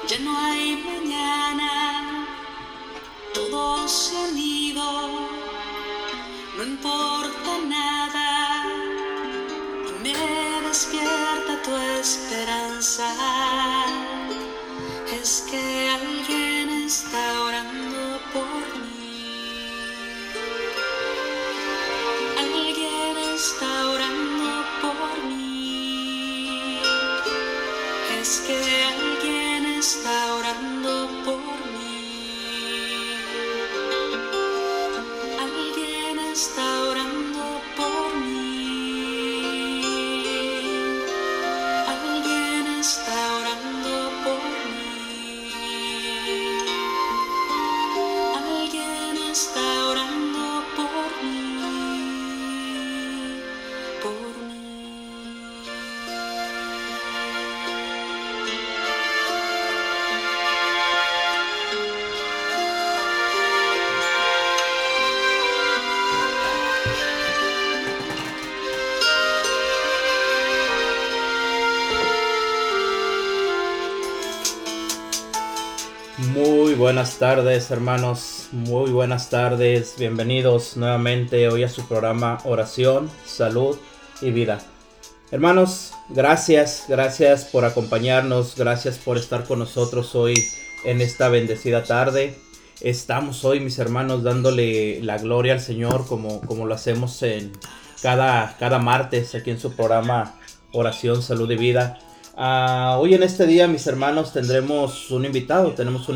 Ya no hay mañana, todos se han ido, no importa nada, y me despierta tu esperanza. Es que alguien está orando por mí, alguien está orando por mí, es que alguien está orando por mí, alguien está orando por mí, alguien está orando por mí, alguien está orando por mí, por mí. Muy buenas tardes, hermanos, muy buenas tardes, bienvenidos nuevamente hoy a su programa Oración, Salud y Vida. Hermanos, gracias por acompañarnos, gracias por estar con nosotros hoy en esta bendecida tarde. Estamos hoy, mis hermanos, dándole la gloria al Señor como lo hacemos en cada martes aquí en su programa Oración, Salud y Vida. Hoy en este día, mis hermanos, tenemos un invitado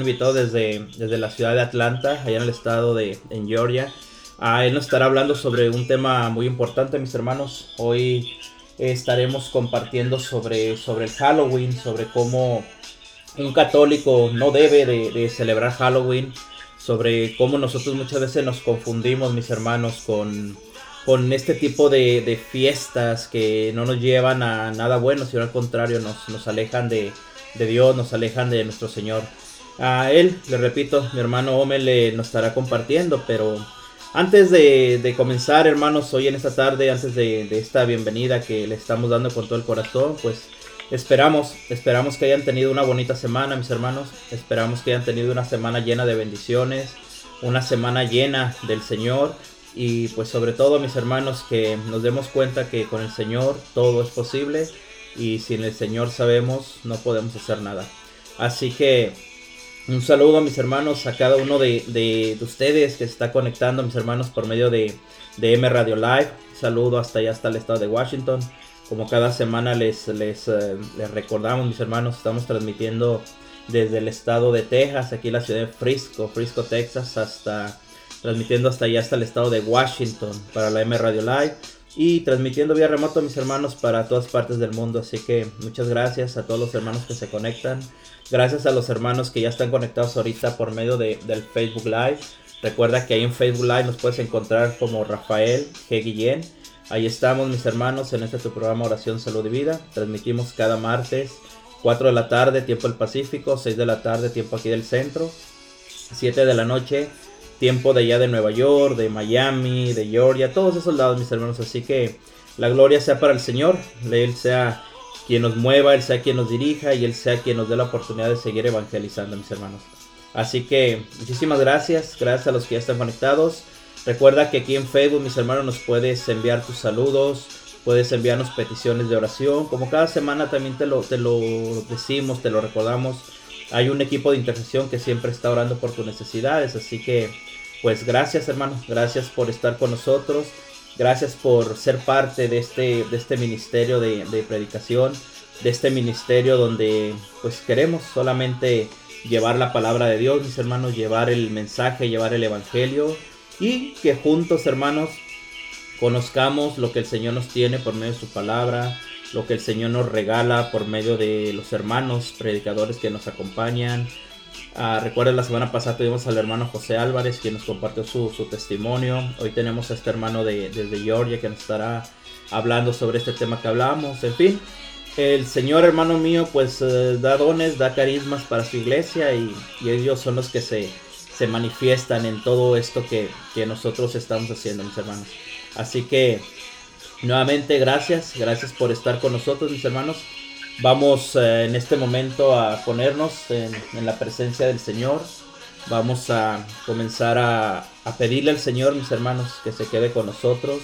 desde la ciudad de Atlanta, allá en el estado en Georgia. Él nos estará hablando sobre un tema muy importante, mis hermanos. Hoy estaremos compartiendo sobre el Halloween, sobre cómo un católico no debe de celebrar Halloween, sobre cómo nosotros muchas veces nos confundimos, mis hermanos, con este tipo de fiestas que no nos llevan a nada bueno, sino al contrario, nos alejan de Dios, nos alejan de nuestro Señor. A él, le repito, mi hermano Omel nos estará compartiendo, pero antes de comenzar, hermanos, hoy en esta tarde, antes de esta bienvenida que le estamos dando con todo el corazón, pues esperamos que hayan tenido una bonita semana, mis hermanos. Esperamos que hayan tenido una semana llena de bendiciones, una semana llena del Señor. Y pues sobre todo, mis hermanos, que nos demos cuenta que con el Señor todo es posible y sin el Señor sabemos no podemos hacer nada. Así que un saludo, mis hermanos, a cada uno de ustedes que se está conectando, mis hermanos, por medio de M Radio Live. Saludo hasta el estado de Washington. Como cada semana les recordamos, mis hermanos, estamos transmitiendo desde el estado de Texas, aquí en la ciudad de Frisco, Texas, transmitiendo hasta allá, hasta el estado de Washington para la M Radio Live y transmitiendo vía remoto, mis hermanos, para todas partes del mundo. Así que muchas gracias a todos los hermanos que se conectan. Gracias a los hermanos que ya están conectados ahorita por medio del Facebook Live. Recuerda que ahí en Facebook Live nos puedes encontrar como Rafael G. Guillén. Ahí estamos, mis hermanos, en este tu programa Oración, Salud y Vida. Transmitimos cada martes, 4 de la tarde, tiempo del Pacífico, 6 de la tarde, tiempo aquí del centro, 7 de la noche, tiempo de allá de Nueva York, de Miami, de Georgia, todos esos lados, mis hermanos. Así que la gloria sea para el Señor. Él sea quien nos mueva, Él sea quien nos dirija y Él sea quien nos dé la oportunidad de seguir evangelizando, mis hermanos. Así que muchísimas gracias a los que ya están conectados. Recuerda que aquí en Facebook, mis hermanos, nos puedes enviar tus saludos, puedes enviarnos peticiones de oración. Como cada semana también te lo decimos, te lo recordamos. Hay un equipo de intercesión que siempre está orando por tus necesidades. Así que, pues gracias, hermanos. Gracias por estar con nosotros. Gracias por ser parte de este ministerio de predicación. De este ministerio donde pues queremos solamente llevar la palabra de Dios, mis hermanos. Llevar el mensaje, llevar el evangelio. Y que juntos, hermanos, conozcamos lo que el Señor nos tiene por medio de su palabra, lo que el Señor nos regala por medio de los hermanos predicadores que nos acompañan. Recuerden, la semana pasada tuvimos al hermano José Álvarez, quien nos compartió su testimonio. Hoy tenemos a este hermano desde Georgia que nos estará hablando sobre este tema que hablamos. En fin, el Señor, hermano mío, pues da dones, da carismas para su iglesia y ellos son los que se manifiestan en todo esto que nosotros estamos haciendo, mis hermanos. Así que nuevamente gracias por estar con nosotros, mis hermanos. Vamos en este momento a ponernos en la presencia del Señor. Vamos a comenzar a pedirle al Señor, mis hermanos, que se quede con nosotros,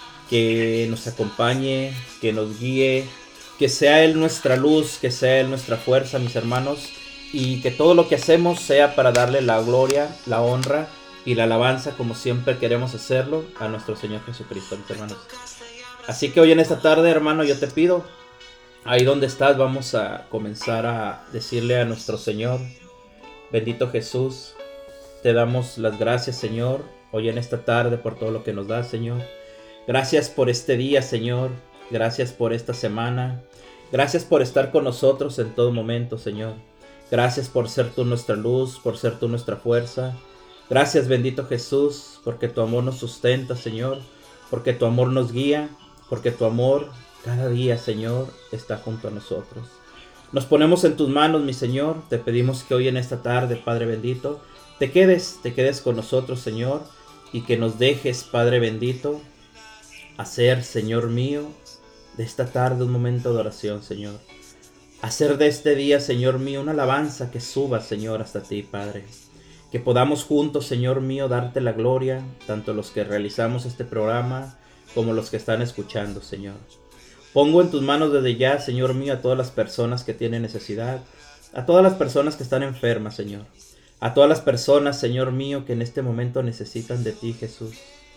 que nos acompañe, que nos guíe, que sea Él nuestra luz, que sea Él nuestra fuerza, mis hermanos, y que todo lo que hacemos sea para darle la gloria, la honra y la alabanza, como siempre queremos hacerlo, a nuestro Señor Jesucristo, mis hermanos. Así que hoy en esta tarde, hermano, yo te pido, ahí donde estás, vamos a comenzar a decirle a nuestro Señor: bendito Jesús, te damos las gracias, Señor, hoy en esta tarde por todo lo que nos das, Señor. Gracias por este día, Señor. Gracias por esta semana. Gracias por estar con nosotros en todo momento, Señor. Gracias por ser tú nuestra luz, por ser tú nuestra fuerza. Gracias, bendito Jesús, porque tu amor nos sustenta, Señor, porque tu amor nos guía, porque tu amor cada día, Señor, está junto a nosotros. Nos ponemos en tus manos, mi Señor. Te pedimos que hoy en esta tarde, Padre bendito, te quedes con nosotros, Señor, y que nos dejes, Padre bendito, hacer, Señor mío, de esta tarde un momento de oración, Señor. Hacer de este día, Señor mío, una alabanza que suba, Señor, hasta ti, Padre. Que podamos juntos, Señor mío, darte la gloria, tanto los que realizamos este programa como los que están escuchando, Señor. Pongo en tus manos desde ya, Señor mío, a todas las personas que tienen necesidad, a todas las personas que están enfermas, Señor. A todas las personas, Señor mío, que en este momento necesitan de ti, Jesús.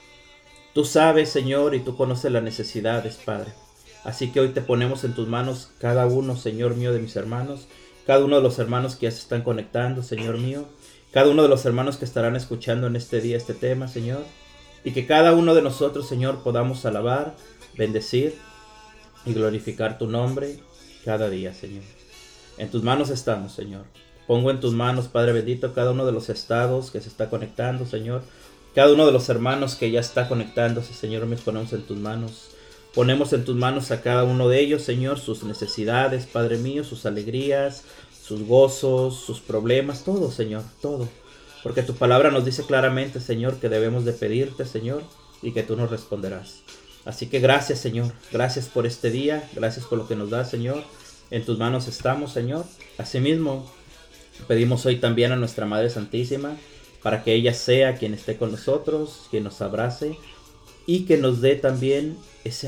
Tú sabes, Señor, y tú conoces las necesidades, Padre. Así que hoy te ponemos en tus manos cada uno, Señor mío, de mis hermanos, cada uno de los hermanos que ya se están conectando, Señor mío, cada uno de los hermanos que estarán escuchando en este día este tema, Señor, y que cada uno de nosotros, Señor, podamos alabar, bendecir y glorificar tu nombre cada día, Señor. En tus manos estamos, Señor. Pongo en tus manos, Padre bendito, cada uno de los estados que se está conectando, Señor. Cada uno de los hermanos que ya está conectándose, Señor, me ponemos en tus manos. Ponemos en tus manos a cada uno de ellos, Señor, sus necesidades, Padre mío, sus alegrías, sus gozos, sus problemas, todo, Señor, todo. Porque tu palabra nos dice claramente, Señor, que debemos de pedirte, Señor, y que tú nos responderás. Así que gracias, Señor, gracias por este día, gracias por lo que nos das, Señor. En tus manos estamos, Señor. Asimismo, pedimos hoy también a nuestra Madre Santísima, para que ella sea quien esté con nosotros, quien nos abrace y que nos dé también ese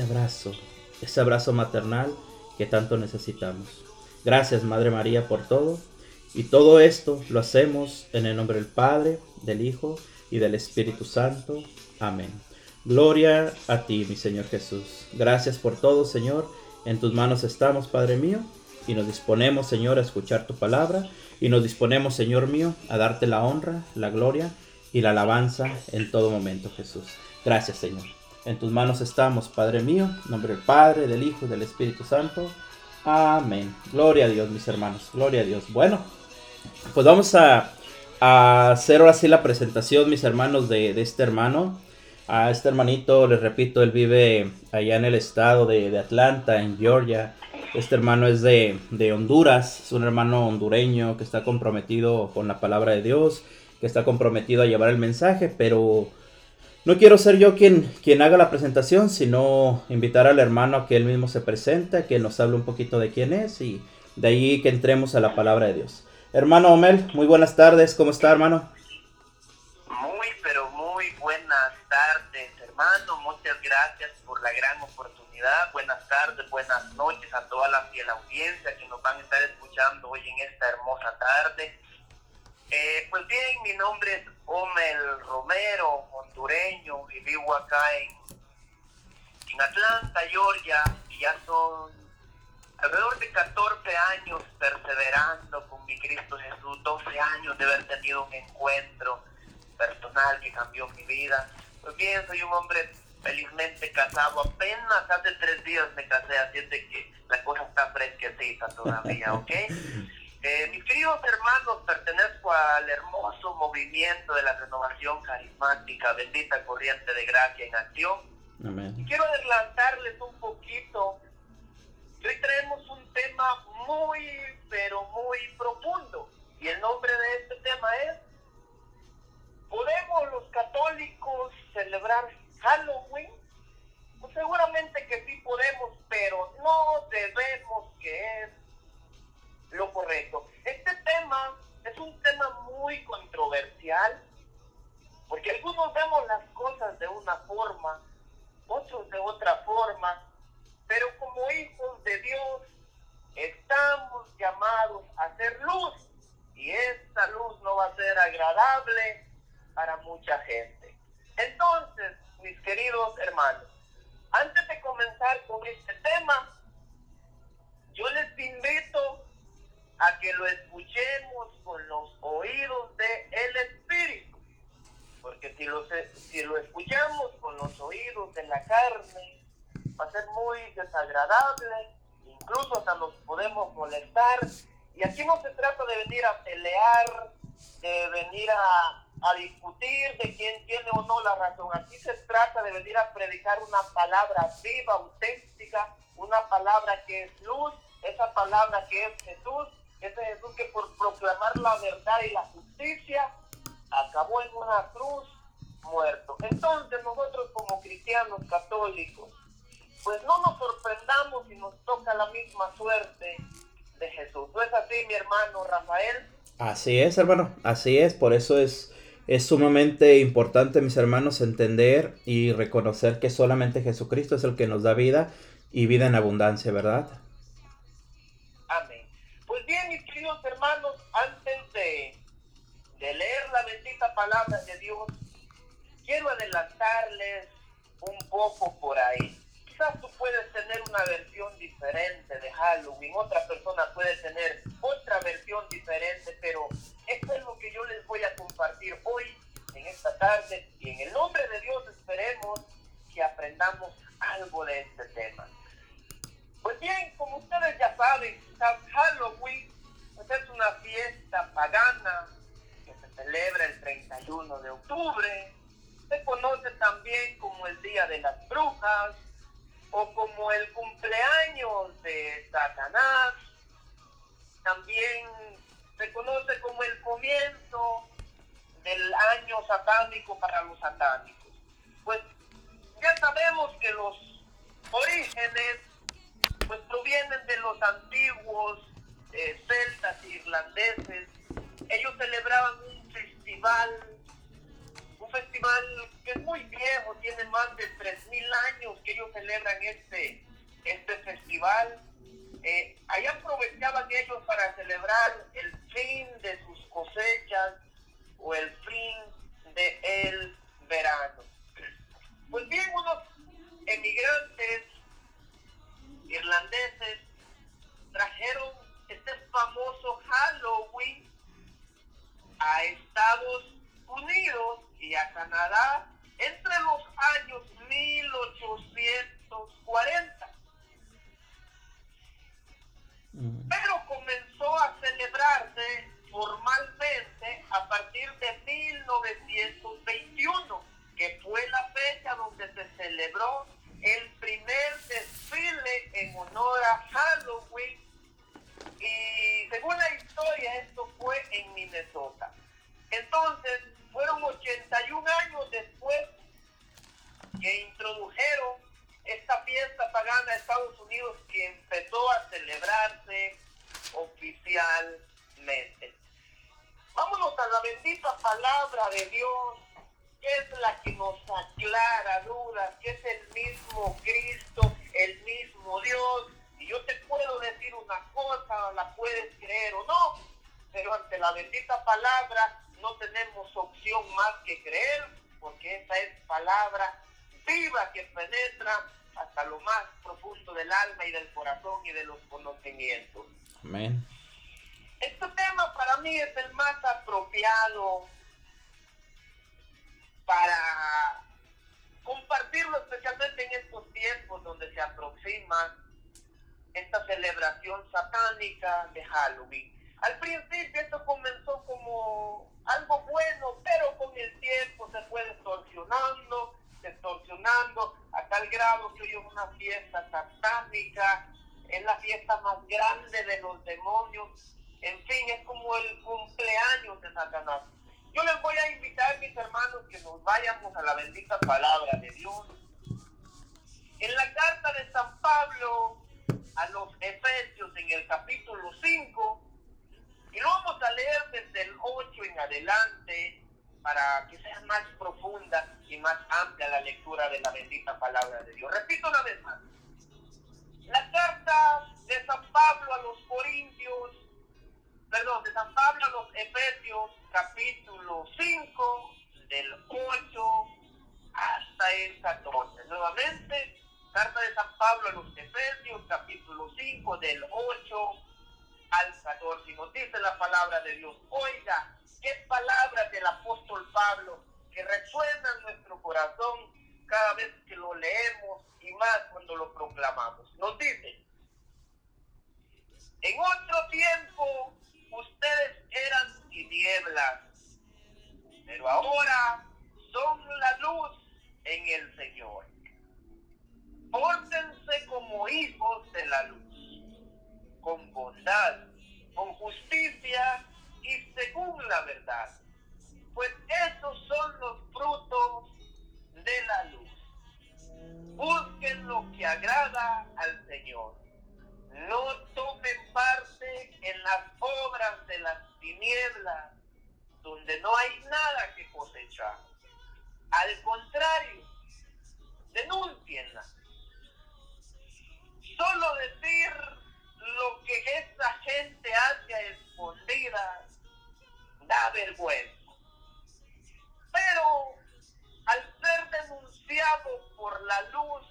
abrazo maternal que tanto necesitamos. Gracias, Madre María, por todo. Y todo esto lo hacemos en el nombre del Padre, del Hijo y del Espíritu Santo. Amén. Gloria a ti, mi Señor Jesús. Gracias por todo, Señor. En tus manos estamos, Padre mío, y nos disponemos, Señor, a escuchar tu palabra. Y nos disponemos, Señor mío, a darte la honra, la gloria y la alabanza en todo momento, Jesús. Gracias, Señor. En tus manos estamos, Padre mío, en nombre del Padre, del Hijo y del Espíritu Santo. Amén. Gloria a Dios, mis hermanos. Gloria a Dios. Bueno, pues vamos a hacer ahora sí la presentación, mis hermanos, de este hermano. A este hermanito, les repito, él vive allá en el estado de Atlanta, en Georgia. Este hermano es de Honduras, es un hermano hondureño que está comprometido con la palabra de Dios, que está comprometido a llevar el mensaje, pero no quiero ser yo quien haga la presentación, sino invitar al hermano a que él mismo se presente, que nos hable un poquito de quién es y de ahí que entremos a la palabra de Dios. Hermano Omel, muy buenas tardes, ¿cómo está, hermano? Muy, pero muy buenas tardes, hermano. Muchas gracias por la gran oportunidad. Buenas tardes, buenas noches a toda la fiel audiencia que nos van a estar escuchando hoy en esta hermosa tarde. Pues bien, mi nombre es Omel Romero, hondureño, y vivo acá en Atlanta, Georgia, y ya son alrededor de 14 años perseverando con mi Cristo Jesús, 12 años de haber tenido un encuentro personal que cambió mi vida. Pues bien, soy un hombre felizmente casado, apenas hace 3 días me casé, así es de que la cosa está fresquecita todavía, ¿ok? Mis queridos hermanos, pertenezco al hermoso movimiento de la renovación carismática, bendita corriente de gracia en acción. Amén. Y quiero adelantarles un poquito. Hoy traemos un tema muy, pero muy profundo. Y el nombre de este tema es: ¿podemos los católicos celebrar Halloween? Pues seguramente que sí podemos, pero no debemos que es desagradable para mucha gente. Entonces, mis queridos hermanos, antes de comenzar con este tema, yo les invito a que lo escuchemos con los oídos del Espíritu, porque si lo escuchamos con los oídos de la carne, va a ser muy desagradable, incluso hasta nos podemos molestar. Y aquí no se trata de venir a pelear, de venir a discutir de quién tiene o no la razón. Aquí se trata de venir a predicar una palabra viva, auténtica, una palabra que es luz, esa palabra que es Jesús, ese Jesús que por proclamar la verdad y la justicia acabó en una cruz muerto. Entonces nosotros como cristianos católicos, pues no nos sorprendamos si nos toca la misma suerte de Jesús. ¿No es así, mi hermano Rafael? Así es, hermano, así es. Por eso es sumamente importante, mis hermanos, entender y reconocer que solamente Jesucristo es el que nos da vida y vida en abundancia, ¿verdad? Amén. Pues bien, mis queridos hermanos, antes de leer la bendita palabra de Dios, quiero adelantarles un poco por ahí. Quizás tú puedes tener una versión diferente de Halloween, otra persona puede tener otra versión diferente, pero esto es lo que yo les voy a compartir hoy, en esta tarde, y en el nombre de Dios esperemos que aprendamos algo de este tema. Pues bien, como ustedes ya saben, Halloween pues es una fiesta pagana que se celebra el 31 de octubre. Se conoce también como el Día de las Brujas o como el cumpleaños de Satanás. También se conoce como el comienzo del año satánico para los satánicos. Pues ya sabemos que los orígenes pues provienen de los antiguos celtas irlandeses. Ellos celebraban un festival que es muy viejo, tiene más de 3000 años que ellos celebran este festival. Allá aprovechaban ellos para celebrar el fin de sus cosechas o el fin del verano. Pues bien, unos emigrantes irlandeses trajeron este famoso Halloween a Estados Unidos y a Canadá entre los años 1840. Pero comenzó a celebrarse formalmente a partir de 1921, que fue la fecha donde se celebró el primer desfile en honor a Halloween. Y según la historia, esto fue en Minnesota. Entonces, fueron 81 años después que introdujeron esta fiesta pagana a Estados Unidos, que empezó a celebrarse oficialmente. Vámonos a la bendita palabra de Dios, que es la que nos aclara dudas, que es el mismo Cristo, el mismo Dios. Y yo te puedo decir una cosa, la puedes creer o no, pero ante la bendita palabra no tenemos opción más que creer, porque esa es palabra viva que penetra hasta lo más profundo del alma y del corazón y de los conocimientos. Amén. Este tema para mí es el más apropiado para compartirlo, especialmente en estos tiempos donde se aproxima esta celebración satánica de Halloween. Al principio esto comenzó como algo bueno, pero con el tiempo se fue distorsionando a tal grado que hoy es una fiesta satánica, es la fiesta más grande de los demonios. En fin, es como el cumpleaños de Satanás. Yo les voy a invitar, mis hermanos, que nos vayamos a la bendita palabra de Dios. En la carta de San Pablo a los Efesios, en el capítulo 5, y lo vamos a leer desde el 8 en adelante, para que sea más profunda y más amplia la lectura de la bendita palabra de Dios. Repito una vez más. La carta de San Pablo a los Corintios, de San Pablo a los Efesios capítulo 5, del 8 hasta el 14. Nuevamente, carta de San Pablo a los Efesios capítulo 5, del 8 al 14. Y nos dice la palabra de Dios. Oiga, qué palabras del apóstol Pablo que resuenan en nuestro corazón cada vez que lo leemos y más cuando lo proclamamos. Nos dice: en otro tiempo ustedes eran tinieblas, pero ahora son la luz en el Señor. Pórtense como hijos de la luz, con bondad, con justicia y según la verdad, pues esos son los frutos de la luz. Busquen lo que agrada al Señor. No tomen parte en las obras de las tinieblas, donde no hay nada que cosechar. Al contrario, denúncienla. Solo decir lo que esta gente hace a escondidas da vergüenza. Pero al ser denunciado por la luz,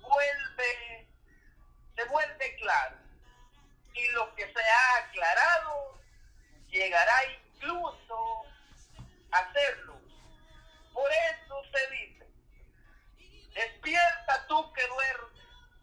se vuelve claro. Y lo que se ha aclarado llegará incluso a ser luz. Por eso se dice: despierta tú que duermes,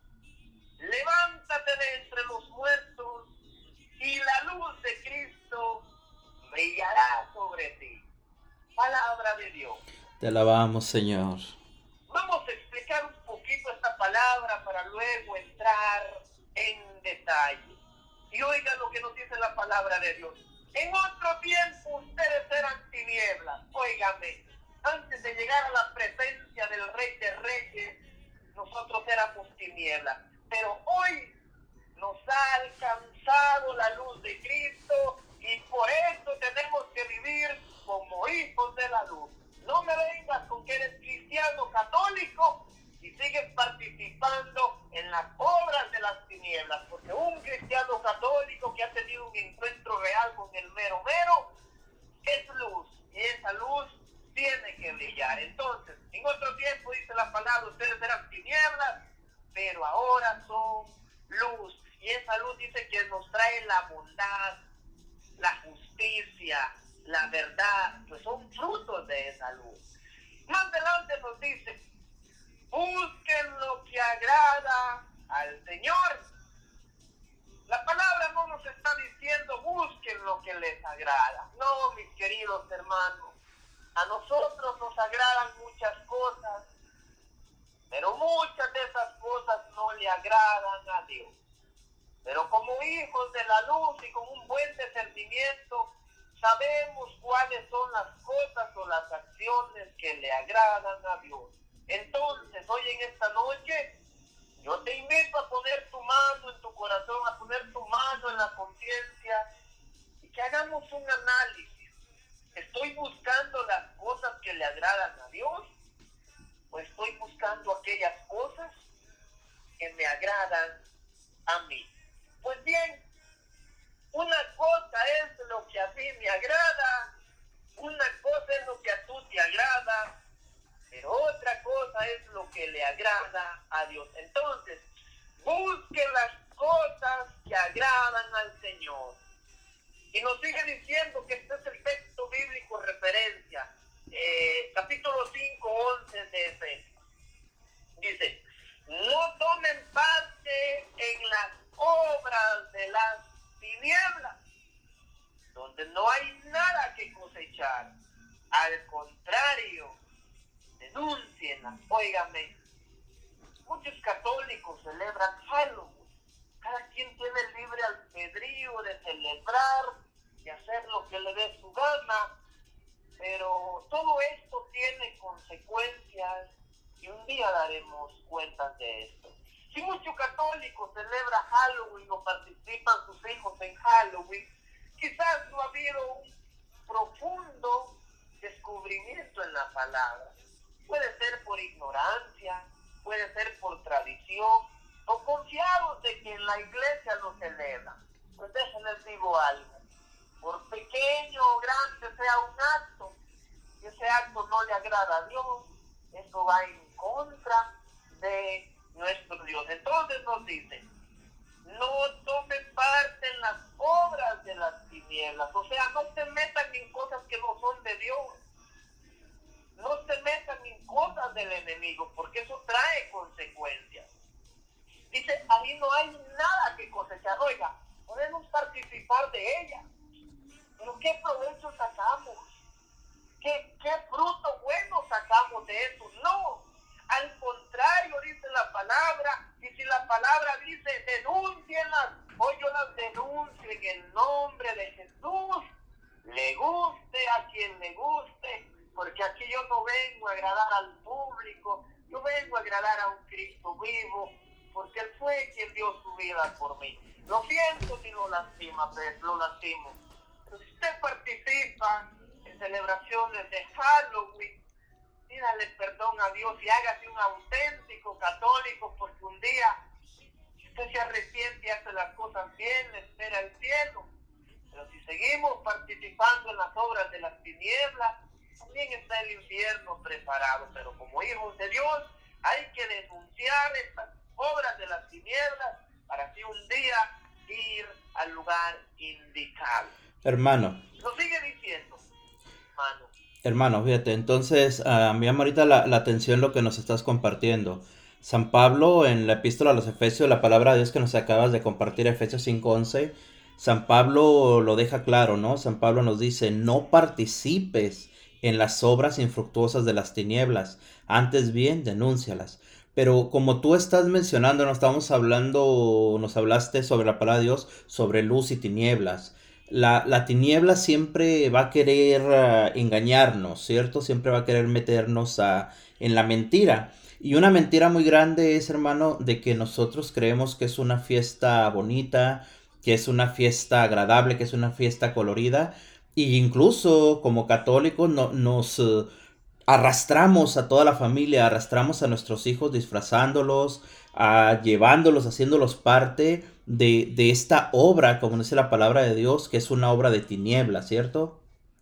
levántate de entre los muertos, y la luz de Cristo brillará sobre ti. Palabra de Dios. Te alabamos, Señor. Vamos a explicar un poquito esta palabra para luego entrar en detalle. Y oigan lo que nos dice la palabra de Dios. En otro tiempo ustedes eran tinieblas. Óigame, antes de llegar a la presencia del Rey de Reyes, nosotros éramos tinieblas. Pero hoy nos ha alcanzado la luz de Cristo y por eso tenemos que vivir como hijos de la luz. No me vengas con que eres cristiano católico y sigues participando en las obras de las tinieblas, porque un cristiano católico que ha tenido un encuentro real con el mero es luz, y esa luz tiene que brillar. Entonces, en otro tiempo dice la palabra, ustedes eran tinieblas, pero ahora son luz, y esa luz dice que nos trae la bondad, la justicia, la verdad, pues son frutos de esa luz. Más adelante nos dice: busquen lo que agrada al Señor. La palabra no nos está diciendo busquen lo que les agrada. No, mis queridos hermanos, a nosotros nos agradan muchas cosas, pero muchas de esas cosas no le agradan a Dios. Pero como hijos de la luz y con un buen discernimiento, sabemos cuáles son las cosas o las acciones que le agradan a Dios. Entonces, hoy en esta noche, yo te invito a poner tu mano en tu corazón, a poner tu mano en la conciencia y que hagamos un análisis. ¿Estoy buscando las cosas que le agradan a Dios? ¿O estoy buscando aquellas cosas que me agradan a mí? Pues bien, una cosa es lo que a mí me agrada, una cosa es lo que a tú te agrada, pero otra cosa es lo que le agrada a Dios. Entonces, busque las cosas que agradan al Señor. Y nos sigue diciendo que este es el texto bíblico referencia, capítulo 5, 11 de Efesios. Dice: no tomen parte en las obras de las tinieblas, donde no hay nada que cosechar. Al contrario, denúncienla. Óigame, muchos católicos celebran Halloween. Cada quien tiene el libre albedrío de celebrar y hacer lo que le dé su gana, pero todo esto tiene consecuencias y un día daremos cuenta de esto. Si muchos católicos celebran Halloween o participan sus hijos en Halloween, quizás no ha habido un profundo descubrimiento en la palabra. Puede ser por ignorancia, puede ser por tradición, o confiados de que en la iglesia lo celebran. Pues déjenles digo algo. Por pequeño o sea un acto, y ese acto no le agrada a Dios, eso va en contra de nuestro Dios. Entonces nos dice, no tome parte en las obras de las tinieblas, o sea, no se metan en cosas que no son de Dios, no se metan en cosas del enemigo, porque eso trae consecuencias. Dice, ahí no hay nada que cosechar. Oiga, podemos participar de ella, pero ¿qué provecho sacamos? ¿Qué fruto bueno sacamos de eso? No, al contrario, dice la palabra, y si la palabra dice, denúncienlas, hoy yo las denuncio en el nombre de Jesús, le guste a quien le guste, porque aquí yo no vengo a agradar al público, yo vengo a agradar a un Cristo vivo, porque Él fue quien dio su vida por mí. Lo siento si lo lastima, pero lo lastimo. Pero si usted participa en celebraciones de Halloween, pídale perdón a Dios y hágase un auténtico católico, porque un día usted se arrepiente y hace las cosas bien, le espera el cielo. Pero si seguimos participando en las obras de las tinieblas, también está el infierno preparado. Pero como hijos de Dios hay que denunciar estas obras de las tinieblas para así un día ir al lugar indicado. Hermano. Lo sigue diciendo, hermano. Hermano, fíjate, entonces me llama ahorita la atención lo que nos estás compartiendo. San Pablo en la epístola a los Efesios, la palabra de Dios que nos acabas de compartir, Efesios 5:11, San Pablo lo deja claro, ¿no? San Pablo nos dice, no participes en las obras infructuosas de las tinieblas, antes bien denúncialas. Pero como tú estás mencionando, nos estamos hablando, nos hablaste sobre la palabra de Dios, sobre luz y tinieblas. La tiniebla siempre va a querer engañarnos, ¿cierto? Siempre va a querer meternos en la mentira. Y una mentira muy grande es, hermano, de que nosotros creemos que es una fiesta bonita, que es una fiesta agradable, que es una fiesta colorida. Y incluso como católicos nos arrastramos a toda la familia, arrastramos a nuestros hijos disfrazándolos, llevándolos, haciéndolos parte de esta obra, como dice la palabra de Dios, que es una obra de tinieblas, ¿cierto?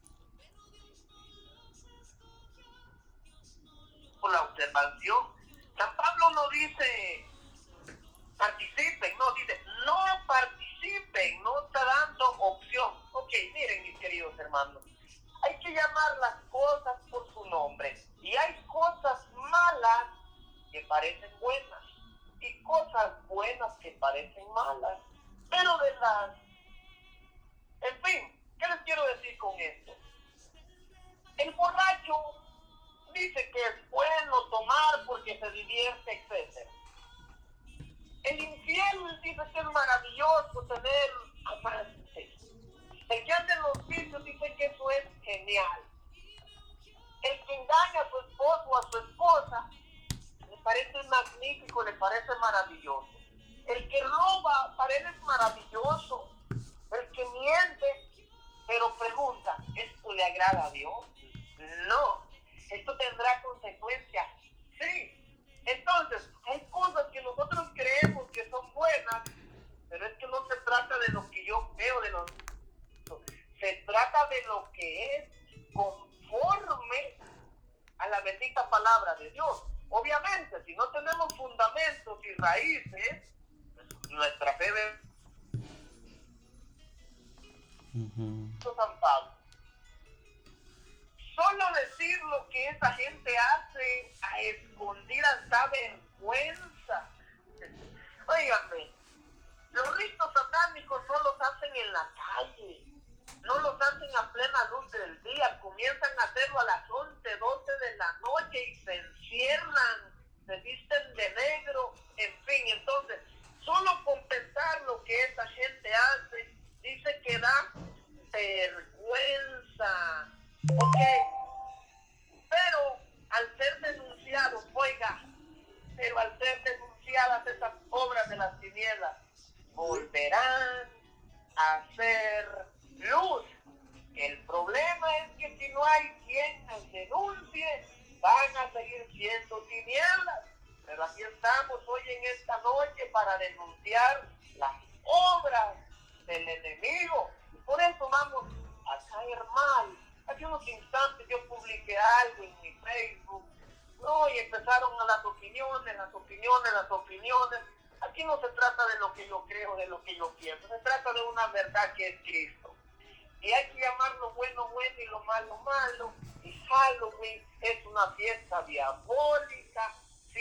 Por la observación, San Pablo no dice participen, no, dice no participen, no está dando opción. Ok, miren mis queridos hermanos, hay que llamar las cosas por su nombre, y hay cosas malas que parecen buenas y cosas buenas que parecen malas, pero de las, en fin, ¿qué les quiero decir con esto? El borracho dice que es bueno tomar porque se divierte, etc. El infiel dice que es maravilloso tener amantes. El que anda en los vicios dice que eso es genial. El que engaña a su esposo o a su esposa le parece magnífico, le parece maravilloso. El que roba para él es maravilloso. El que miente, pero pregunta, ¿esto le agrada a Dios? No. ¿Esto tendrá consecuencias? Sí. Entonces, hay cosas que nosotros creemos que son buenas, pero es que no se trata de lo que yo veo, se trata de lo que es conforme a la bendita palabra de Dios. Obviamente, si no tenemos fundamentos y raíces, nuestra fe ve San Pablo. Solo decir lo que esa gente hace a escondidas da vergüenza. Óigame, los ritos satánicos no los hacen en la calle, no los hacen a plena luz del día, comienzan a hacerlo a las 11, 12 de la noche y se encierran, se visten de negro, en fin. Entonces, solo con pensar lo que esa gente hace, dice que da vergüenza. Ok, pero al ser denunciados, oiga, pero al ser denunciadas esas obras de las tinieblas, volverán a ser luz. El problema es que si no hay quien las denuncie, van a seguir siendo tinieblas. Pero aquí estamos hoy en esta noche para denunciar las obras del enemigo. Y por eso vamos a caer mal, a opiniones, las opiniones. Aquí no se trata de lo que yo creo, de lo que yo pienso. Se trata de una verdad que es Cristo. Y hay que llamar lo bueno bueno y lo malo malo. Y Halloween es una fiesta diabólica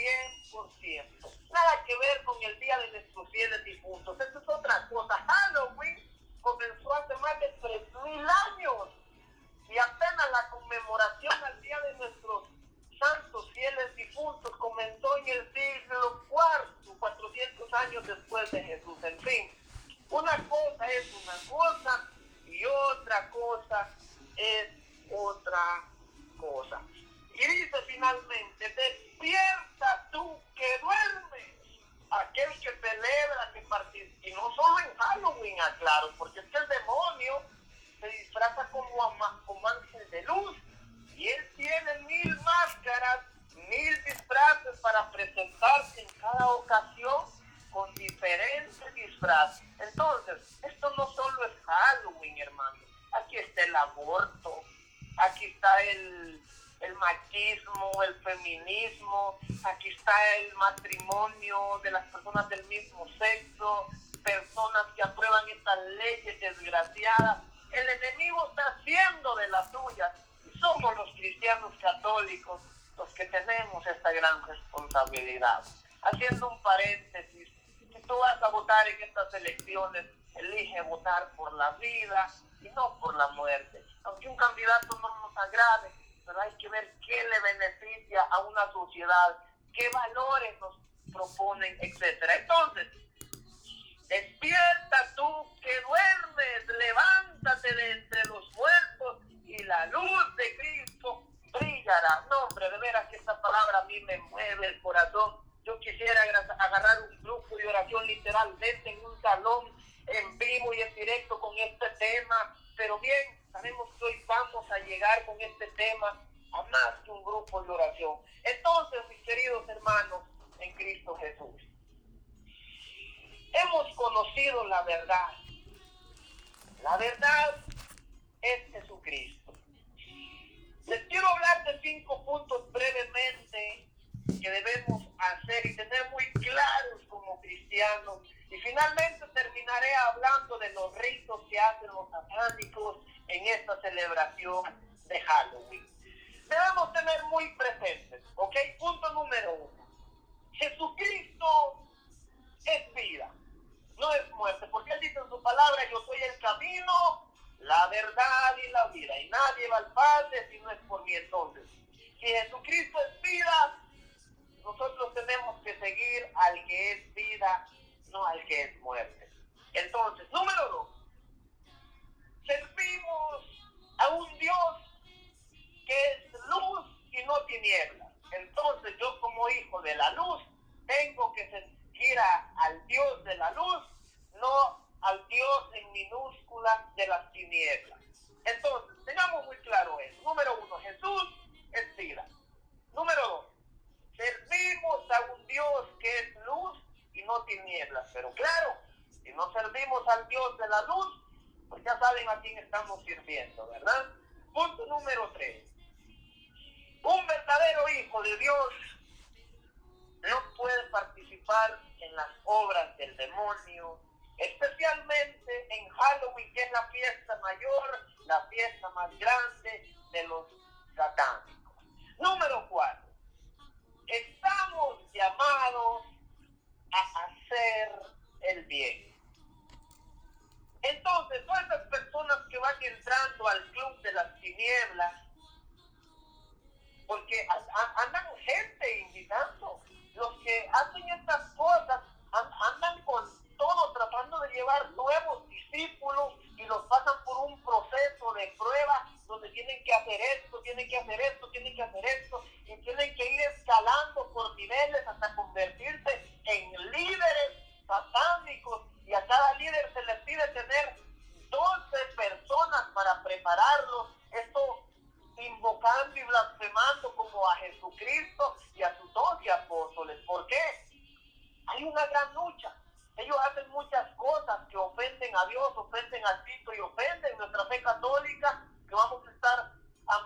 100%. Nada que ver con el día de nuestros fieles difuntos. Eso es otra cosa. Halloween comenzó hace más de 3000 años. Y apenas la conmemoración al día de nuestros santos fieles difuntos comenzó en el siglo IV, 400 años después de Jesús. En fin, una cosa es una cosa y otra cosa es otra cosa. Y dice finalmente, despierta tú que duermes, aquel que celebra, que participa, y no solo en Halloween, aclaro, porque es que el demonio se disfraza como ángel de luz, y él tiene 1000 máscaras, 1000 disfraces para presentarse en cada ocasión con diferentes disfraces. Entonces, esto no solo es Halloween, hermano. Aquí está el aborto, aquí está el machismo, el feminismo, aquí está el matrimonio de las personas del mismo sexo, personas que aprueban estas leyes desgraciadas. El enemigo está haciendo de las suyas y somos los cristianos católicos los que tenemos esta gran responsabilidad. Haciendo un paréntesis, si tú vas a votar en estas elecciones, elige votar por la vida y no por la muerte. Aunque un candidato no nos agrade, pero hay que ver qué le beneficia a una sociedad, qué valores nos proponen, etc. Entonces, despierta tú que duermes, levántate de entre los muertos y la luz de Cristo brillará. No, hombre, de veras que esta palabra a mí me mueve el corazón. Yo quisiera agarrar un grupo de oración literalmente en un salón en vivo y en directo con este tema, pero bien, sabemos que hoy vamos a llegar con este tema a más que un grupo de oración. Entonces, mis queridos hermanos en Cristo Jesús, hemos conocido la verdad. La verdad es Jesucristo. Les quiero hablar de 5 puntos brevemente que debemos hacer y tener muy claros como cristianos. Y finalmente terminaré hablando de los ritos que hacen los satánicos en esta celebración de Halloween. Debemos tener muy presentes, ¿ok? Punto número 1. Jesucristo es vida, no es muerte, porque Él dice en su palabra, yo soy el camino, la verdad y la vida, y nadie va al Padre si no es por mí. Entonces, si Jesucristo es vida, nosotros tenemos que seguir al que es vida, no al que es muerte. Entonces, número 2, servimos a un Dios que es luz y no tinieblas. Entonces, yo como hijo de la luz, tengo que seguir al Dios de la luz, no al Dios en minúscula de las tinieblas. Entonces, tengamos muy claro eso. Número 1, Jesús es vida. Número 2, servimos a un Dios que es luz y no tinieblas. Pero claro, si no servimos al Dios de la luz, pues ya saben a quién estamos sirviendo, ¿verdad? Punto número 3. Un verdadero hijo de Dios no puede participar en las obras del demonio, especialmente en Halloween, que es la fiesta mayor, la fiesta más grande de los satánicos. Número 4. Estamos llamados a hacer el bien. Entonces, todas esas personas que van entrando al club de las tinieblas, porque andan gente invitando, los que hacen estas cosas andan con todo tratando de llevar nuevos discípulos y los pasan por un proceso de prueba donde tienen que hacer esto, tienen que hacer esto, tienen que hacer esto y tienen que ir escalando por niveles hasta convertirse en líderes satánicos, y a cada líder se les pide tener 12 personas para prepararlos, esto invocando y blasfemando como a Jesucristo y a sus 12 apóstoles. ¿Por qué? Hay una gran lucha. Ellos hacen muchas cosas que ofenden a Dios, ofenden al Cristo y ofenden nuestra fe católica, que vamos a estar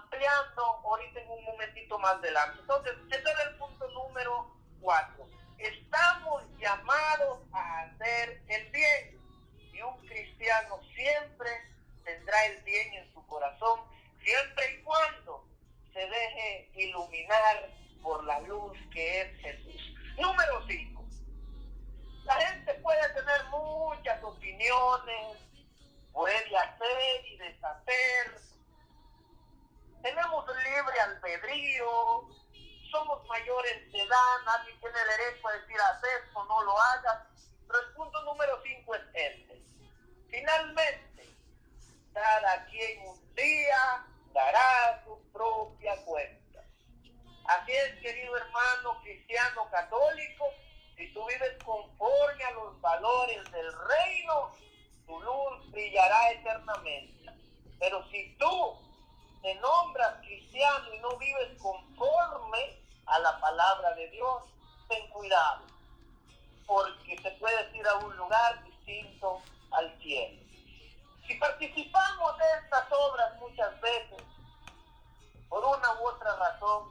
ampliando ahorita en un momentito más adelante. Entonces, ese era el punto número 4. estamos llamados a hacer el bien. Y un cristiano siempre tendrá el bien en su corazón, siempre y cuando se deje iluminar por la luz que es Jesús. Número 5. La gente puede tener muchas opiniones, puede hacer y deshacer. Tenemos libre albedrío, somos mayores de edad, nadie tiene derecho a decir haz esto, no lo hagas. Pero el punto número 5 es este. Finalmente, cada quien un día dará su propia cuenta. Así es, querido hermano cristiano católico, si tú vives conforme a los valores del reino, tu luz brillará eternamente. Pero si tú te nombras cristiano y no vives conforme a la palabra de Dios, ten cuidado, porque te puedes ir a un lugar distinto al cielo. Si participamos de estas obras muchas veces, por una u otra razón,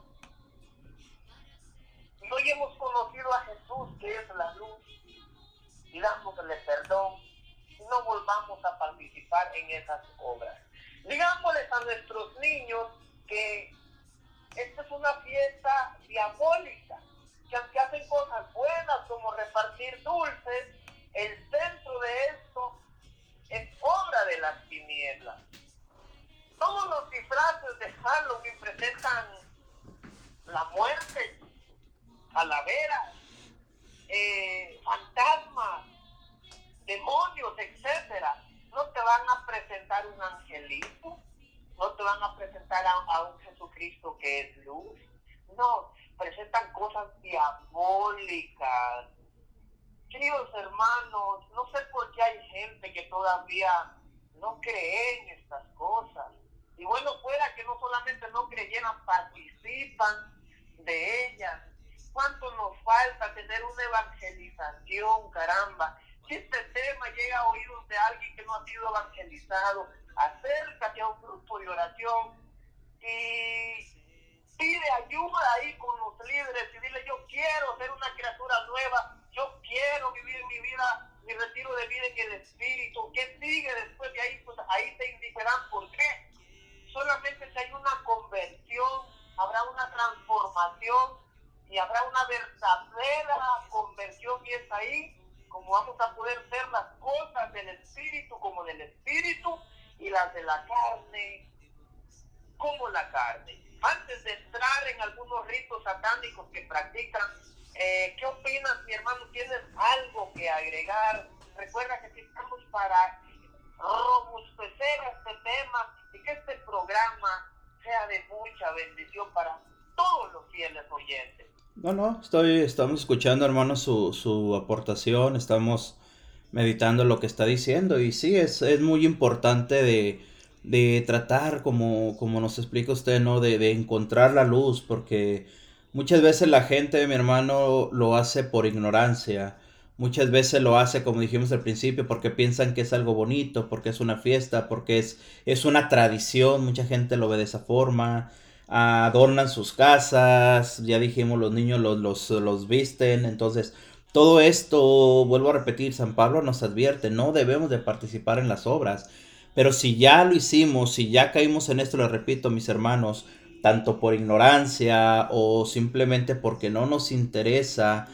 y hoy hemos conocido a Jesús, que es la luz, y dámosle perdón, y no volvamos a participar en esas obras. Digámosles a nuestros niños que esta es una fiesta diabólica, que aunque hacen cosas buenas como repartir dulces, el centro de esto es obra de las tinieblas. Todos los disfraces de Halloween presentan la muerte, calaveras, fantasmas, demonios, etcétera. No te van a presentar un angelito, no te van a presentar a un Jesucristo que es luz. No, presentan cosas diabólicas. Queridos hermanos, no sé por qué hay gente que todavía no cree en estas cosas. Y bueno, fuera que no solamente no creyeran, participan de ellas. ¿Cuánto nos falta tener una evangelización, caramba? Si este tema llega a oídos de alguien que no ha sido evangelizado, acércate a un grupo de oración y pide ayuda ahí con los líderes y dile: yo quiero ser una criatura nueva, yo quiero vivir mi vida, mi retiro de vida en el Espíritu. ¿Qué sigue después de ahí? Pues ahí te indicarán por qué. Solamente si hay una conversión, habrá una transformación y habrá una verdadera conversión, y es ahí como vamos a poder ver las cosas del Espíritu como del Espíritu y las de la carne como la carne. Antes de entrar en algunos ritos satánicos que practican, ¿qué opinas, mi hermano? ¿Tienes algo que agregar? Recuerda que estamos para robustecer este tema y que este programa sea de mucha bendición para todos los fieles oyentes. No, estamos escuchando, hermano, su aportación, estamos meditando lo que está diciendo, y sí, es muy importante de tratar, como nos explica usted, ¿no? De encontrar la luz, porque muchas veces la gente, mi hermano, lo hace por ignorancia, muchas veces lo hace, como dijimos al principio, porque piensan que es algo bonito, porque es una fiesta, porque es una tradición, mucha gente lo ve de esa forma. Adornan sus casas, ya dijimos, los niños los visten. Entonces todo esto, vuelvo a repetir, San Pablo nos advierte, no debemos de participar en las obras. Pero si ya lo hicimos, si ya caímos en esto, lo repito, mis hermanos, tanto por ignorancia o simplemente porque no nos interesa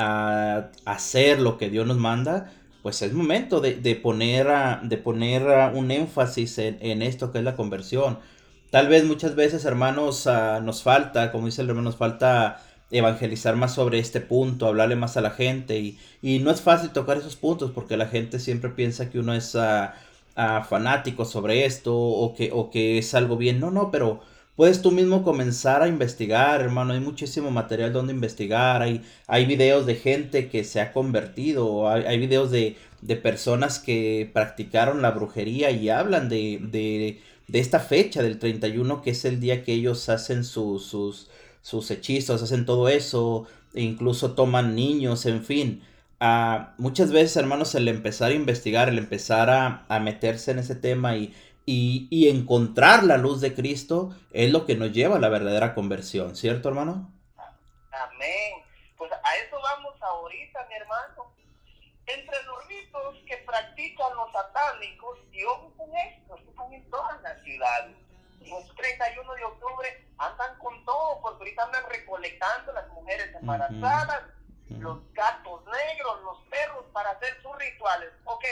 hacer lo que Dios nos manda, pues es momento de poner un énfasis en esto que es la conversión. Tal vez muchas veces, hermanos, nos falta, como dice el hermano, nos falta evangelizar más sobre este punto, hablarle más a la gente, y no es fácil tocar esos puntos porque la gente siempre piensa que uno es fanático sobre esto, o que es algo bien. No, pero puedes tú mismo comenzar a investigar, hermano. Hay muchísimo material donde investigar, hay videos de gente que se ha convertido, hay videos de personas que practicaron la brujería y hablan de esta fecha del 31, que es el día que ellos hacen sus hechizos, hacen todo eso, e incluso toman niños, en fin. Muchas veces, hermanos, el empezar a investigar, el empezar a meterse en ese tema y encontrar la luz de Cristo es lo que nos lleva a la verdadera conversión, ¿cierto, hermano? Amén. Pues a eso vamos ahorita. hermano. Entre los ritos que practican los satánicos, y ojo con esto, están en todas las ciudades. El 31 de octubre andan con todo, porque ahorita andan recolectando las mujeres embarazadas, los gatos negros, los perros, para hacer sus rituales. Ok.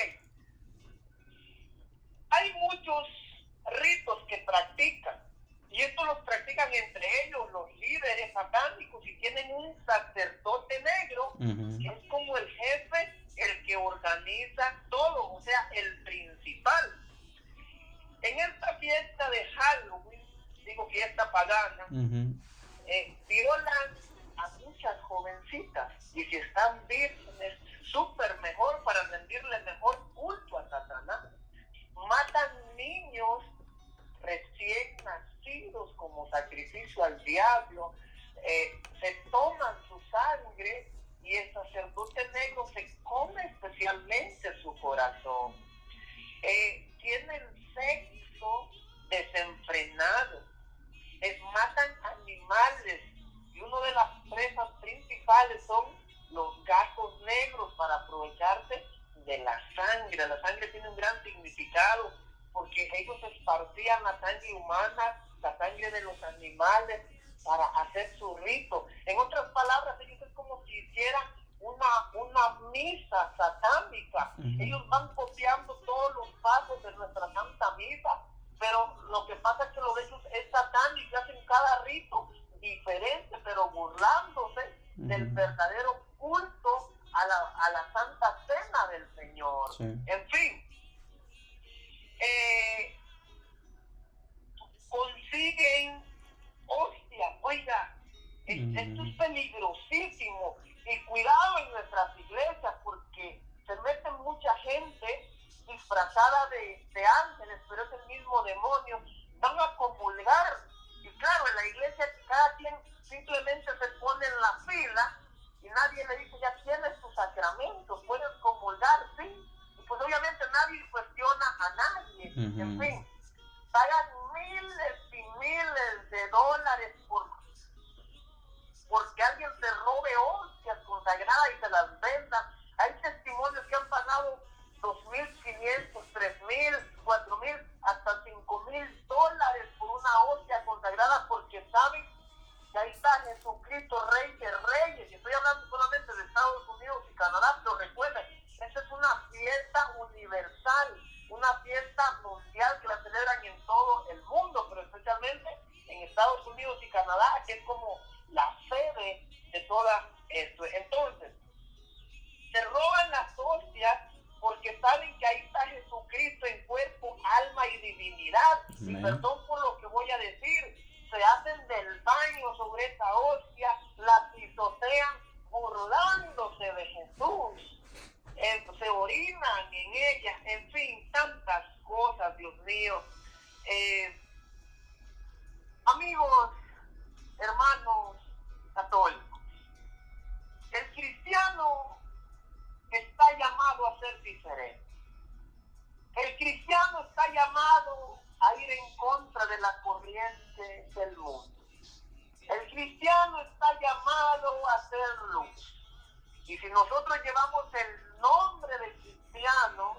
Hay muchos ritos que practican, y estos los practican entre ellos los líderes satánicos, y tienen un sacerdote negro, que es como el jefe, el que organiza todo, o sea, el principal. En esta fiesta de Halloween, digo fiesta pagana, violan a muchas jovencitas, y si están vírgenes, súper mejor para rendirle mejor culto a Satanás. Matan niños recién nacidos como sacrificio al diablo, se toman su sangre, y el sacerdote negro se come especialmente su corazón. Tienen sexo desenfrenado, matan animales, y una de las presas principales son los gatos negros, para aprovecharse de la sangre. La sangre tiene un gran significado, porque ellos esparcían la sangre humana, la sangre de los animales, para hacer su rito. En otras palabras, ellos es como si hicieran una misa satánica. Ellos van copiando todos los pasos de nuestra Santa Misa, pero lo que pasa es que lo de ellos es satánico, hacen cada rito diferente, pero burlándose del verdadero culto a la Santa Cena del Señor. Sí. En fin, consiguen hostia. Oiga, esto es peligrosísimo, y cuidado en nuestras iglesias, porque se mete mucha gente disfrazada de ángeles, pero es el mismo demonio. Van a comulgar, y claro, en la iglesia cada quien simplemente se pone en la fila, y nadie le dice: ya tienes tus sacramentos, puedes comulgar, sí. Y pues obviamente nadie cuestiona a nadie. En fin, pagan miles y miles de dólares porque alguien se robe hostias consagradas y se las venda. Hay testimonios que han pagado $2,500, $3,000, $4,000, hasta $5,000 por una hostia consagrada, porque saben que ahí está Jesucristo, Rey de Reyes. Y estoy hablando solamente de Estados Unidos y Canadá, pero recuerden, esta es una fiesta universal, una fiesta mundial que la celebran en todo el mundo, pero especialmente en Estados Unidos y Canadá, que es como la sede de todo esto. Entonces, se roban las hostias porque saben que ahí está Jesucristo en cuerpo, alma y divinidad. Y perdón por lo que voy a decir, se hacen del baño sobre esa hostia, la pisotean burlándose de Jesús, se orinan en ella, en fin, tantas cosas, Dios mío. Amigos, hermanos católicos, el cristiano está llamado a ser diferente. El cristiano está llamado a ir en contra de la corriente del mundo. El cristiano está llamado a ser luz. Y si nosotros llevamos el nombre de cristiano,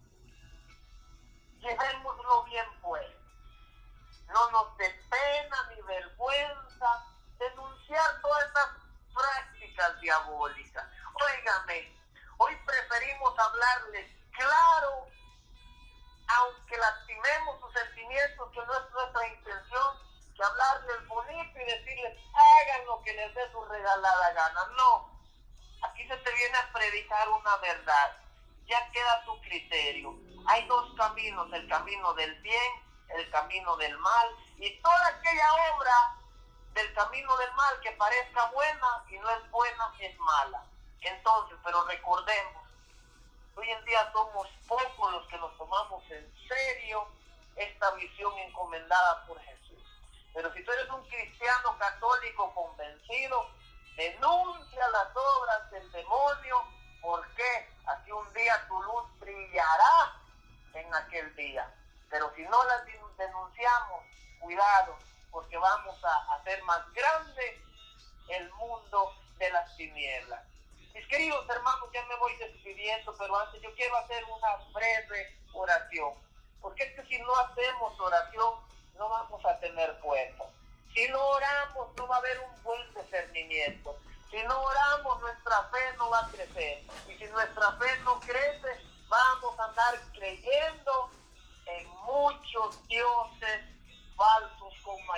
llevémoslo bien puesto. No nos dé pena ni vergüenza denunciar todas estas prácticas diabólicas. Óigame, hoy preferimos hablarles claro, aunque lastimemos sus sentimientos, que no es nuestra intención, que hablarles bonito y decirles: hagan lo que les dé su regalada gana. No, aquí se te viene a predicar una verdad. Ya queda a tu criterio. Hay dos caminos: el camino del bien, el camino del mal, y toda aquella obra del camino del mal que parezca buena y no es buena, es mala. Entonces, pero recordemos, hoy en día somos pocos los que nos tomamos en serio esta visión encomendada por Jesús. Pero si tú eres un cristiano católico convencido, denuncia las obras del demonio, porque así un día tu luz brillará en aquel día. Pero si no las denunciamos, cuidado, porque vamos a hacer más grande el mundo de las tinieblas. Mis queridos hermanos, ya me voy despidiendo, pero antes yo quiero hacer una breve oración. Porque es que si no hacemos oración, no vamos a tener fuerza. Si no oramos, no va a haber un buen discernimiento. Si no oramos, nuestra fe no va a crecer. Y si nuestra fe no crece, vamos a andar creyendo en muchos dioses falsos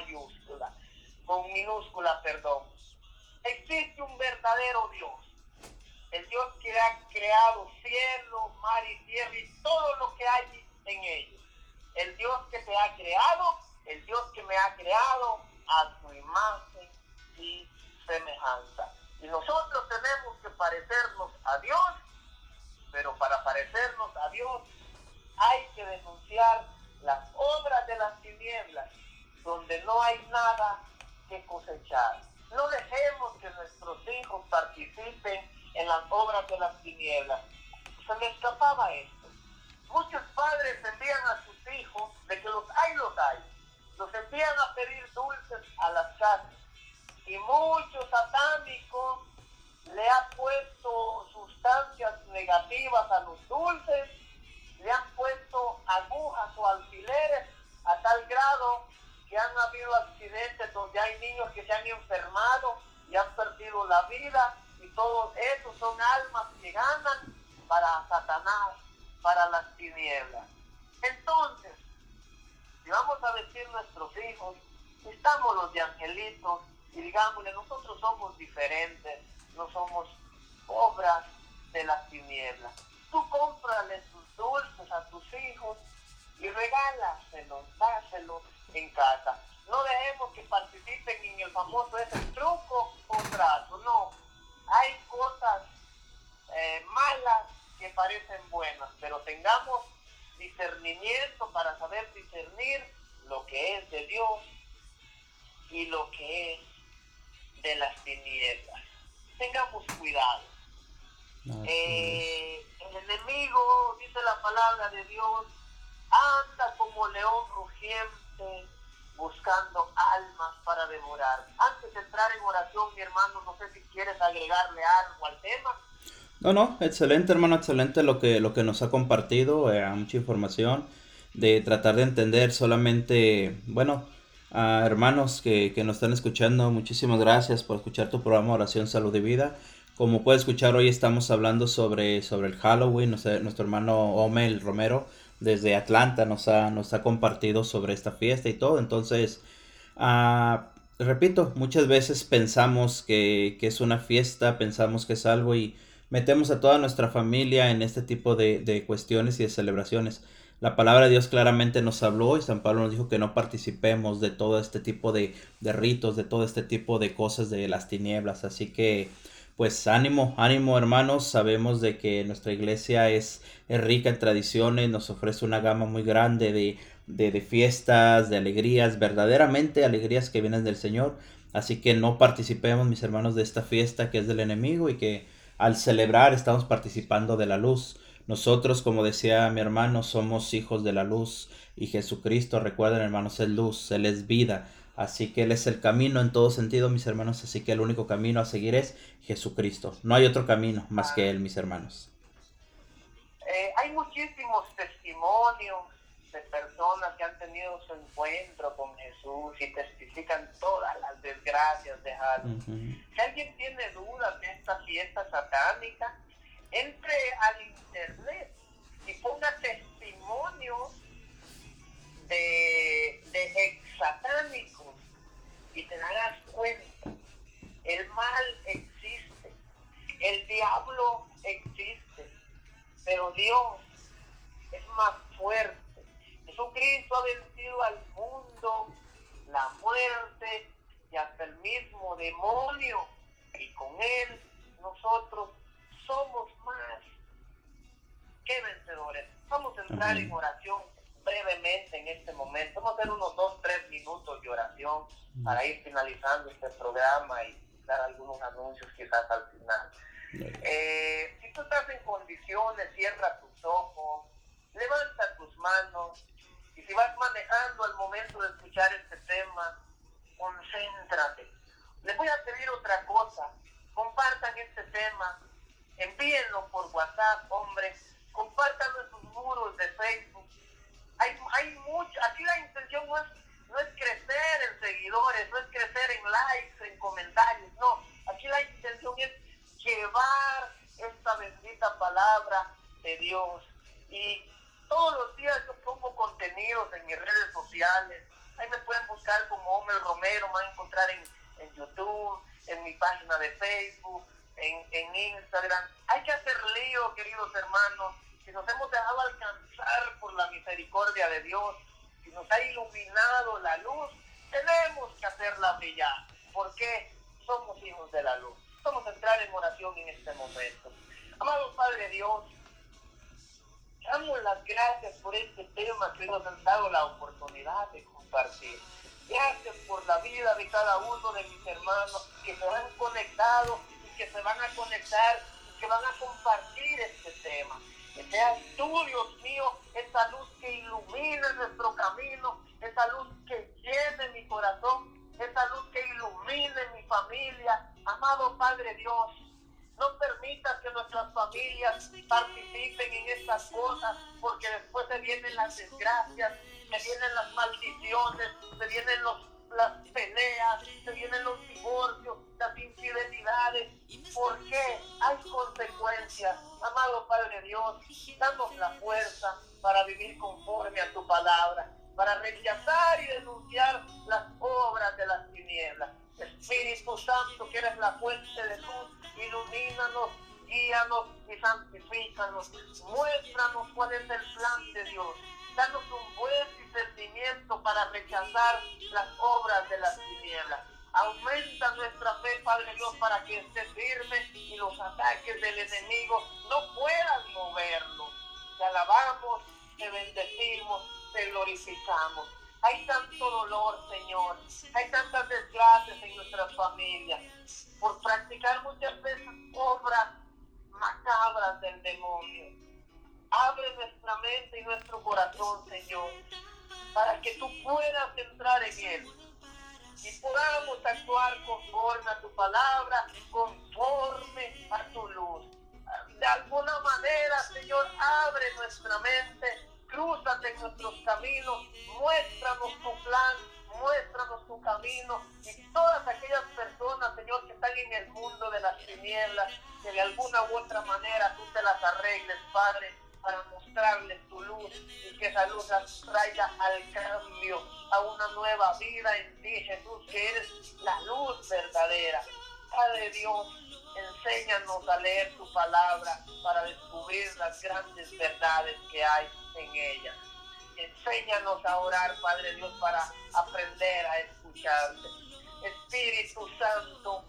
con minúscula, perdón. Existe un verdadero Dios. El Dios que ha creado cielo, mar y tierra y todo lo que hay en ellos. El Dios que te ha creado, el Dios que me ha creado a su imagen y semejanza. Y nosotros tenemos que parecernos a Dios, pero para parecernos a Dios hay que denunciar las obras de las tinieblas, donde no hay nada que cosechar. No dejemos que nuestros hijos participen en las obras de las tinieblas. Se me escapaba esto. Muchos padres envían a sus hijos, de que los hay, los envían a pedir dulces a las casas. Y muchos satánicos le han puesto sustancias negativas a los dulces, le han puesto agujas o alfileres a tal grado que han habido accidentes donde hay niños que se han enfermado y han perdido la vida, y todos esos son almas que ganan para Satanás, para las tinieblas. Entonces, si vamos a decir nuestros hijos, estamos los de angelitos, y digámosle, nosotros somos diferentes, no somos obras de las tinieblas. Tú cómprale tus dulces a tus hijos y regálaselos, dáselos en casa. No dejemos que participen en el famoso ese truco o trato, no. Hay cosas malas que parecen buenas, pero tengamos discernimiento para saber discernir lo que es de Dios y lo que es de las tinieblas. Tengamos cuidado. El enemigo, dice la palabra de Dios, anda como león rugiente buscando almas para devorar. Antes de entrar en oración, mi hermano, no sé si quieres agregarle algo al tema. No, excelente hermano, excelente lo que nos ha compartido, mucha información de tratar de entender solamente, bueno, a hermanos que nos están escuchando, muchísimas gracias por escuchar tu programa Oración, Salud y Vida. Como puedes escuchar, hoy estamos hablando sobre el Halloween. Nuestro hermano Omel Romero desde Atlanta nos ha compartido sobre esta fiesta y todo. Entonces, repito, muchas veces pensamos que es una fiesta, pensamos que es algo y metemos a toda nuestra familia en este tipo de cuestiones y de celebraciones. La palabra de Dios claramente nos habló y San Pablo nos dijo que no participemos de todo este tipo de ritos, de todo este tipo de cosas de las tinieblas. Así que pues ánimo hermanos, sabemos de que nuestra iglesia es rica en tradiciones, nos ofrece una gama muy grande de fiestas, de alegrías, verdaderamente alegrías que vienen del Señor. Así que no participemos, mis hermanos, de esta fiesta que es del enemigo y que al celebrar estamos participando de la luz. Nosotros, como decía mi hermano, somos hijos de la luz y Jesucristo, recuerden hermanos, es luz, Él es vida. Así que Él es el camino en todo sentido, mis hermanos. Así que el único camino a seguir es Jesucristo. No hay otro camino más que Él, mis hermanos. Hay muchísimos testimonios de personas que han tenido su encuentro con Jesús y testifican todas las desgracias de Halloween. Si alguien tiene dudas de esta fiesta satánica, entre al internet y ponga testimonios de ex satánicos y te darás cuenta. El mal existe, el diablo existe, pero Dios es más fuerte. Jesucristo ha vencido al mundo, la muerte y hasta el mismo demonio, y con Él nosotros somos más que vencedores. Vamos a entrar en oración brevemente en este momento. Vamos a hacer unos 2-3 minutos de oración para ir finalizando este programa y dar algunos anuncios quizás al final. Si tú estás en condiciones, cierra tus ojos, levanta tus manos, y si vas manejando al momento de escuchar este tema, concéntrate. Les voy a pedir otra cosa: compartan este tema envíenlo por WhatsApp, hombre, compártanlo en sus muros de Facebook. Hay mucho, aquí la intención no es crecer en seguidores, no es crecer en likes, en comentarios, no, aquí la intención es llevar esta bendita palabra de Dios. Y todos los días yo pongo contenidos en mis redes sociales. Ahí me pueden buscar como Homer Romero, me van a encontrar en YouTube, en mi página de Facebook, en Instagram. Hay que hacer lío, queridos hermanos. Si nos hemos dejado alcanzar por la misericordia de Dios, si nos ha iluminado la luz, tenemos que hacerla brillar, porque somos hijos de la luz. Vamos a entrar en oración en este momento. Amado Padre Dios, damos las gracias por este tema que nos han dado la oportunidad de compartir. Gracias por la vida de cada uno de mis hermanos que se han conectado y que se van a conectar y que van a compartir este tema. Que seas tú, Dios mío, esa luz que ilumina nuestro camino, esa luz que llene mi corazón, esa luz que ilumine mi familia. Amado Padre Dios, no permitas que nuestras familias participen en estas cosas, porque después se vienen las desgracias, se vienen las maldiciones, se vienen las peleas, se vienen los divorcios, las infidelidades, porque hay consecuencias. Amado Padre Dios, danos la fuerza para vivir conforme a tu palabra, para rechazar y denunciar las obras de las tinieblas. Espíritu Santo, que eres la fuente de luz, ilumínanos, guíanos y santifícanos. Muéstranos cuál es el plan de Dios. Danos un buen discernimiento para rechazar las obras de las tinieblas. Aumenta nuestra fe, Padre Dios, para que esté firme y los ataques del enemigo no puedan moverlo. Te alabamos, te bendecimos, te glorificamos. Hay tanto dolor, Señor. Hay tantas desgracias en nuestras familias por practicar muchas veces obras macabras del demonio. Abre nuestra mente y nuestro corazón, Señor, para que tú puedas entrar en él y podamos actuar conforme a tu palabra, conforme a tu luz. De alguna manera, Señor, abre nuestra mente, crúzate en nuestros caminos, muéstranos tu plan, muéstranos tu camino, y todas aquellas personas, Señor, que están en el mundo de las tinieblas, que de alguna u otra manera tú te las arregles, Padre, para mostrarles tu luz y que esa luz las traiga al cambio, a una nueva vida en ti, Jesús, que eres la luz verdadera. Padre Dios, enséñanos a leer tu palabra para descubrir las grandes verdades que hay en ella. Enséñanos a orar, Padre Dios, para aprender a escucharte. Espíritu Santo,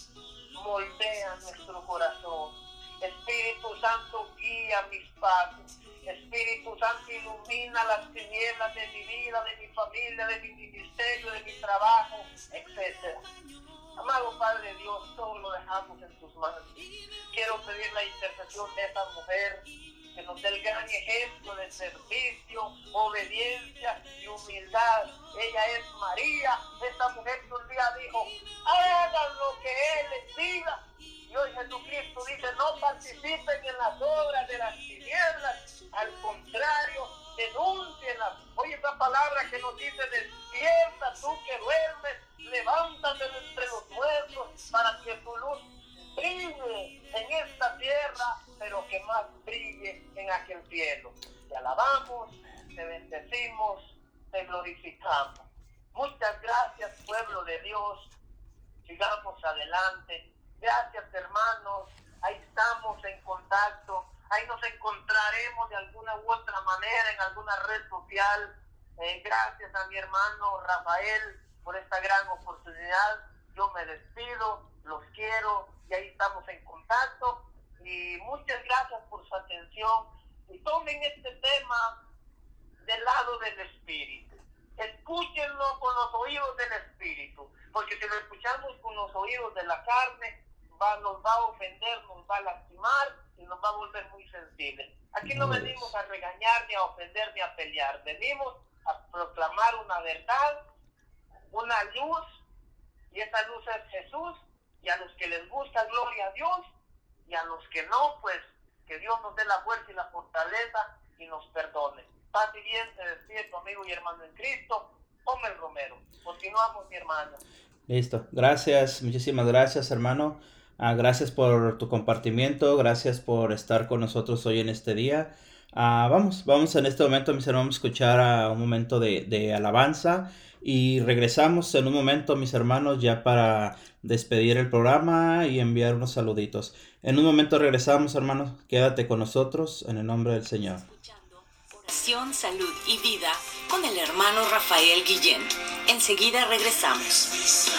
moldea nuestro corazón. Espíritu Santo, guía mis pasos. Espíritu Santo, ilumina las tinieblas de mi vida, de mi familia, de mi ministerio, de mi trabajo, etc. Amado Padre Dios, todo lo dejamos en tus manos. Quiero pedir la intercesión de esta mujer, que nos dé el gran ejemplo de servicio, obediencia y humildad. Ella es María, esta mujer que un día dijo, hagan lo que Él les diga. Y hoy Jesucristo dice, no participen en las obras de las tinieblas, al contrario, denúncienlas. Oye esa palabra que nos dice, despierta tú que duermes, levántate de entre los muertos, para que tu luz brille en esta tierra, pero que más brille en aquel cielo. Te alabamos, te bendecimos, te glorificamos. Muchas gracias, pueblo de Dios. Sigamos adelante. Gracias, hermanos. Ahí estamos en contacto. Ahí nos encontraremos de alguna u otra manera en alguna red social. Gracias a mi hermano Rafael por esta gran oportunidad. Yo me despido, los quiero y ahí estamos en contacto. Y muchas gracias por su atención. Y tomen este tema del lado del espíritu. Escúchenlo con los oídos del espíritu, porque si lo escuchamos con los oídos de la carne, nos va a ofender, nos va a lastimar y nos va a volver muy sensibles. Aquí no venimos a regañar, ni a ofender, ni a pelear. Venimos a proclamar una verdad, una luz, y esa luz es Jesús, y a los que les gusta, gloria a Dios, y a los que no, pues que Dios nos dé la fuerza y la fortaleza y nos perdone. Paz y bien, se despide tu amigo y hermano en Cristo, Omel Romero. Continuamos, mi hermano. Listo, gracias, muchísimas gracias, hermano. Gracias por tu compartimiento, gracias por estar con nosotros hoy en este día. Vamos en este momento, mis hermanos, a escuchar un momento de alabanza y regresamos en un momento, mis hermanos, ya para despedir el programa y enviar unos saluditos. En un momento regresamos, hermanos, quédate con nosotros en el nombre del Señor. Oración, salud y vida con el hermano Rafael Guillén. Enseguida regresamos.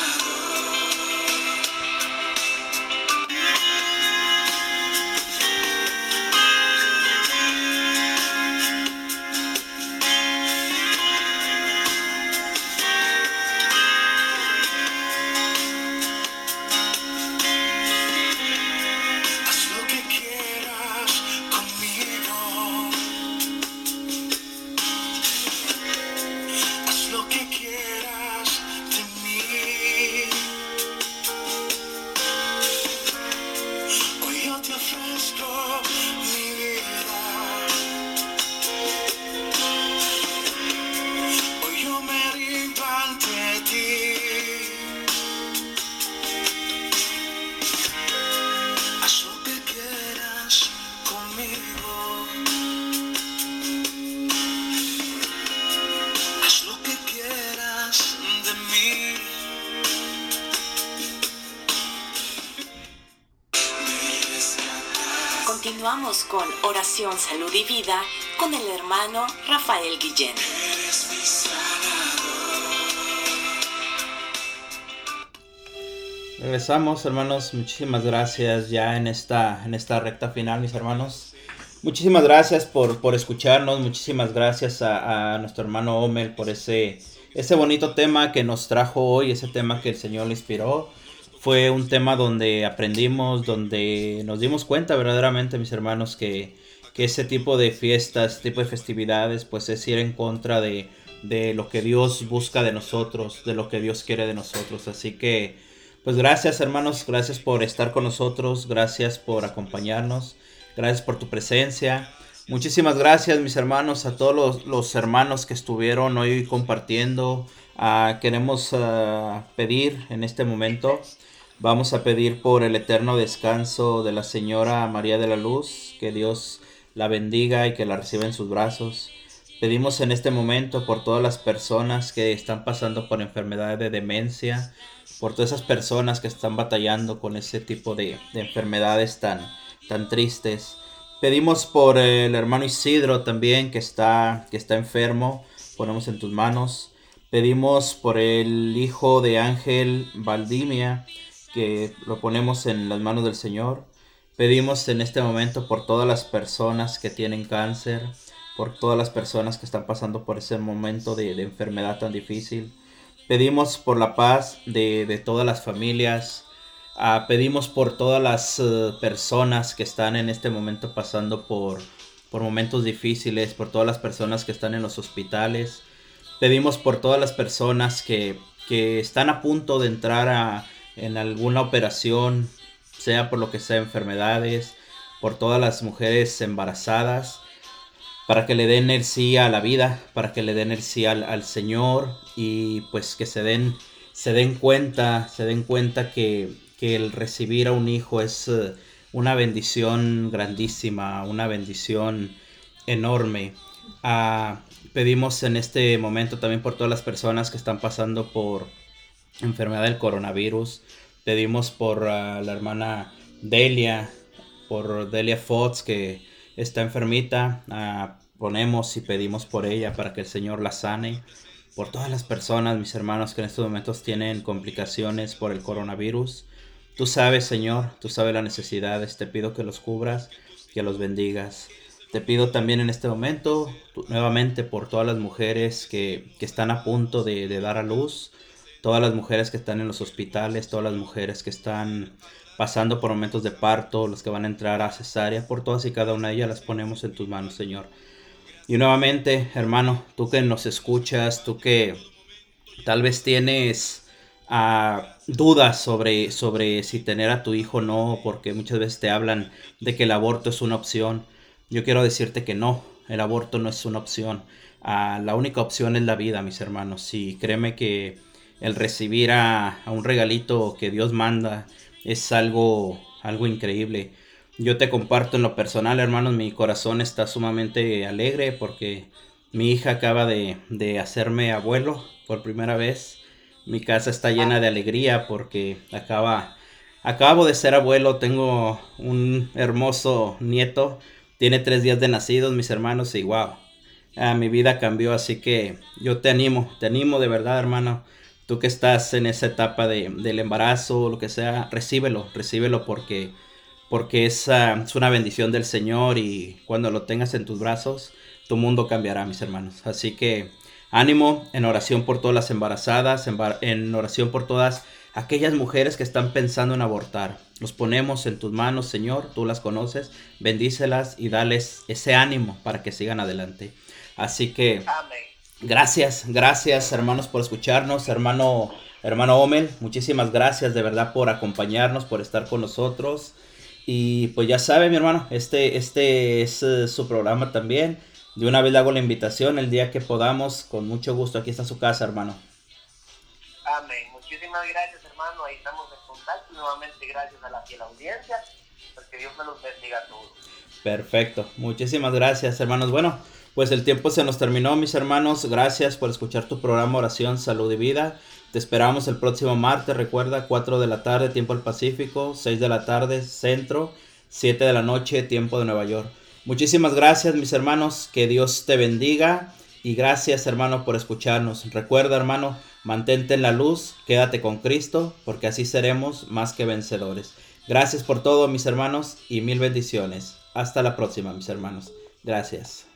Continuamos con Oración, Salud y Vida con el hermano Rafael Guillén. Regresamos, hermanos, muchísimas gracias ya en esta recta final, mis hermanos. Muchísimas gracias por escucharnos, muchísimas gracias a nuestro hermano Omel por ese bonito tema que nos trajo hoy, ese tema que el Señor le inspiró. Fue un tema donde aprendimos, donde nos dimos cuenta verdaderamente, mis hermanos, que ese tipo de fiestas, ese tipo de festividades, pues es ir en contra de lo que Dios busca de nosotros, de lo que Dios quiere de nosotros. Así que, pues gracias, hermanos, gracias por estar con nosotros, gracias por acompañarnos, gracias por tu presencia. Muchísimas gracias, mis hermanos, a todos los hermanos que estuvieron hoy compartiendo. Queremos pedir en este momento. Vamos a pedir por el eterno descanso de la Señora María de la Luz, que Dios la bendiga y que la reciba en sus brazos. Pedimos en este momento por todas las personas que están pasando por enfermedades de demencia, por todas esas personas que están batallando con ese tipo de enfermedades tan tristes. Pedimos por el hermano Isidro también que está enfermo, ponemos en tus manos. Pedimos por el hijo de Ángel Valdimia, que lo ponemos en las manos del Señor. Pedimos en este momento por todas las personas que tienen cáncer, por todas las personas que están pasando por ese momento de enfermedad tan difícil. Pedimos por la paz de todas las familias. Pedimos por todas las personas que están en este momento pasando por momentos difíciles, por todas las personas que están en los hospitales. Pedimos por todas las personas que están a punto de entrar en alguna operación, sea por lo que sea enfermedades, por todas las mujeres embarazadas, para que le den el sí a la vida, para que le den el sí al Señor, y pues que se den cuenta que el recibir a un hijo es una bendición grandísima, una bendición enorme. Pedimos en este momento también por todas las personas que están pasando por enfermedad del coronavirus. Pedimos por la hermana Delia, por Delia Fox, que está enfermita. Ponemos y pedimos por ella para que el Señor la sane. Por todas las personas, mis hermanos, que en estos momentos tienen complicaciones por el coronavirus. Tú sabes, Señor, tú sabes las necesidades. Te pido que los cubras, que los bendigas. Te pido también en este momento, nuevamente, por todas las mujeres que están a punto de dar a luz. Todas las mujeres que están en los hospitales, todas las mujeres que están pasando por momentos de parto, los que van a entrar a cesárea, por todas y cada una de ellas las ponemos en tus manos, Señor. Y nuevamente, hermano, tú que nos escuchas, tú que tal vez tienes dudas sobre si tener a tu hijo o no, porque muchas veces te hablan de que el aborto es una opción. Yo quiero decirte que no, el aborto no es una opción. La única opción es la vida, mis hermanos. Y créeme que el recibir a un regalito que Dios manda es algo increíble. Yo te comparto en lo personal, hermanos, mi corazón está sumamente alegre porque mi hija acaba de hacerme abuelo por primera vez. Mi casa está llena de alegría porque acabo de ser abuelo. Tengo un hermoso nieto. Tiene 3 días de nacidos, mis hermanos, y wow, mi vida cambió. Así que yo te animo de verdad, hermano. Tú que estás en esa etapa del embarazo o lo que sea, recíbelo porque es una bendición del Señor, y cuando lo tengas en tus brazos, tu mundo cambiará, mis hermanos. Así que ánimo, en oración por todas las embarazadas, en oración por todas aquellas mujeres que están pensando en abortar. Los ponemos en tus manos, Señor, tú las conoces, bendícelas y dales ese ánimo para que sigan adelante. Así que Amén. gracias hermanos por escucharnos, hermano Omel, muchísimas gracias de verdad por acompañarnos, por estar con nosotros. Y pues ya sabe, mi hermano, este es su programa también. De una vez le hago la invitación el día que podamos, con mucho gusto. Aquí está su casa, hermano. Amén. Muchísimas gracias, hermano. Ahí estamos en contacto. Nuevamente, gracias a la fiel audiencia. Pues que Dios me los bendiga a todos. Perfecto. Muchísimas gracias, hermanos. Bueno, pues el tiempo se nos terminó, mis hermanos. Gracias por escuchar tu programa Oración, Salud y Vida. Te esperamos el próximo martes. Recuerda, 4 de la tarde, tiempo del Pacífico, 6 de la tarde, centro, 7 de la noche, tiempo de Nueva York. Muchísimas gracias, mis hermanos. Que Dios te bendiga. Y gracias, hermano, por escucharnos. Recuerda, hermano, mantente en la luz, quédate con Cristo, porque así seremos más que vencedores. Gracias por todo, mis hermanos, y mil bendiciones. Hasta la próxima, mis hermanos. Gracias.